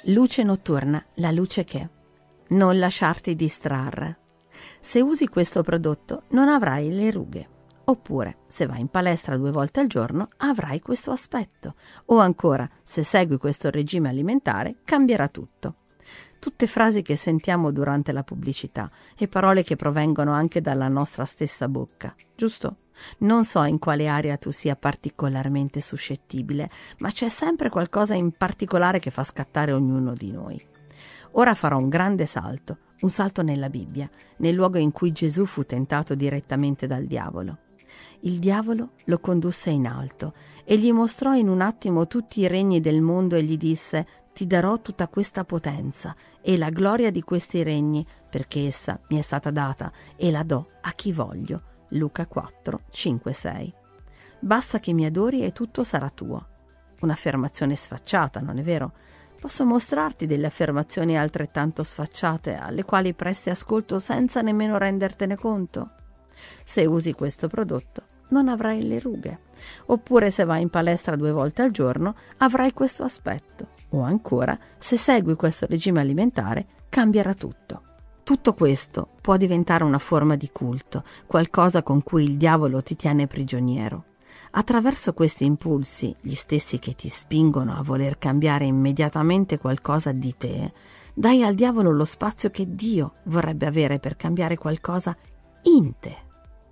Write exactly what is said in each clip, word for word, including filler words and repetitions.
Luce notturna, la luce che. Non lasciarti distrarre. Se usi questo prodotto non avrai le rughe. Oppure, se vai in palestra due volte al giorno, avrai questo aspetto. O ancora, se segui questo regime alimentare, cambierà tutto. Tutte frasi che sentiamo durante la pubblicità e parole che provengono anche dalla nostra stessa bocca, giusto? Non so in quale area tu sia particolarmente suscettibile, ma c'è sempre qualcosa in particolare che fa scattare ognuno di noi. Ora farò un grande salto, un salto nella Bibbia, nel luogo in cui Gesù fu tentato direttamente dal diavolo. Il diavolo lo condusse in alto e gli mostrò in un attimo tutti i regni del mondo e gli disse: ti darò tutta questa potenza e la gloria di questi regni, perché essa mi è stata data e la do a chi voglio. Luca quattro, cinque, sei. Basta che mi adori e tutto sarà tuo. Un'affermazione sfacciata, non è vero? Posso mostrarti delle affermazioni altrettanto sfacciate alle quali presti ascolto senza nemmeno rendertene conto. Se usi questo prodotto non avrai le rughe. Oppure se vai in palestra due volte al giorno avrai questo aspetto. O ancora, se segui questo regime alimentare, cambierà tutto. Tutto questo può diventare una forma di culto, qualcosa con cui il diavolo ti tiene prigioniero. Attraverso questi impulsi, gli stessi che ti spingono a voler cambiare immediatamente qualcosa di te, dai al diavolo lo spazio che Dio vorrebbe avere per cambiare qualcosa in te.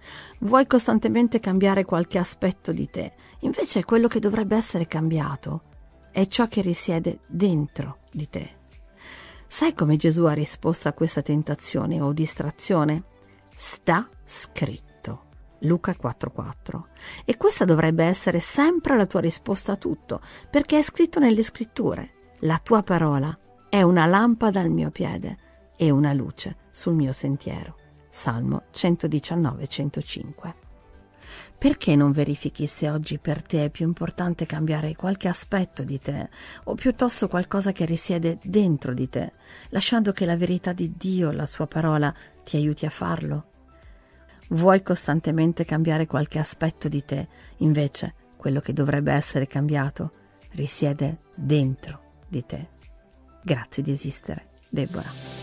Vuoi costantemente cambiare qualche aspetto di te, invece quello che dovrebbe essere cambiato è ciò che risiede dentro di te. Sai come Gesù ha risposto a questa tentazione o distrazione? Sta scritto. Luca quattro quattro. E questa dovrebbe essere sempre la tua risposta a tutto, perché è scritto nelle scritture. La tua parola è una lampada al mio piede e una luce sul mio sentiero. Salmo centodiciannove centocinque. Perché non verifichi se oggi per te è più importante cambiare qualche aspetto di te o piuttosto qualcosa che risiede dentro di te, lasciando che la verità di Dio, la sua parola, ti aiuti a farlo? Vuoi costantemente cambiare qualche aspetto di te, invece quello che dovrebbe essere cambiato risiede dentro di te. Grazie di esistere, Deborah.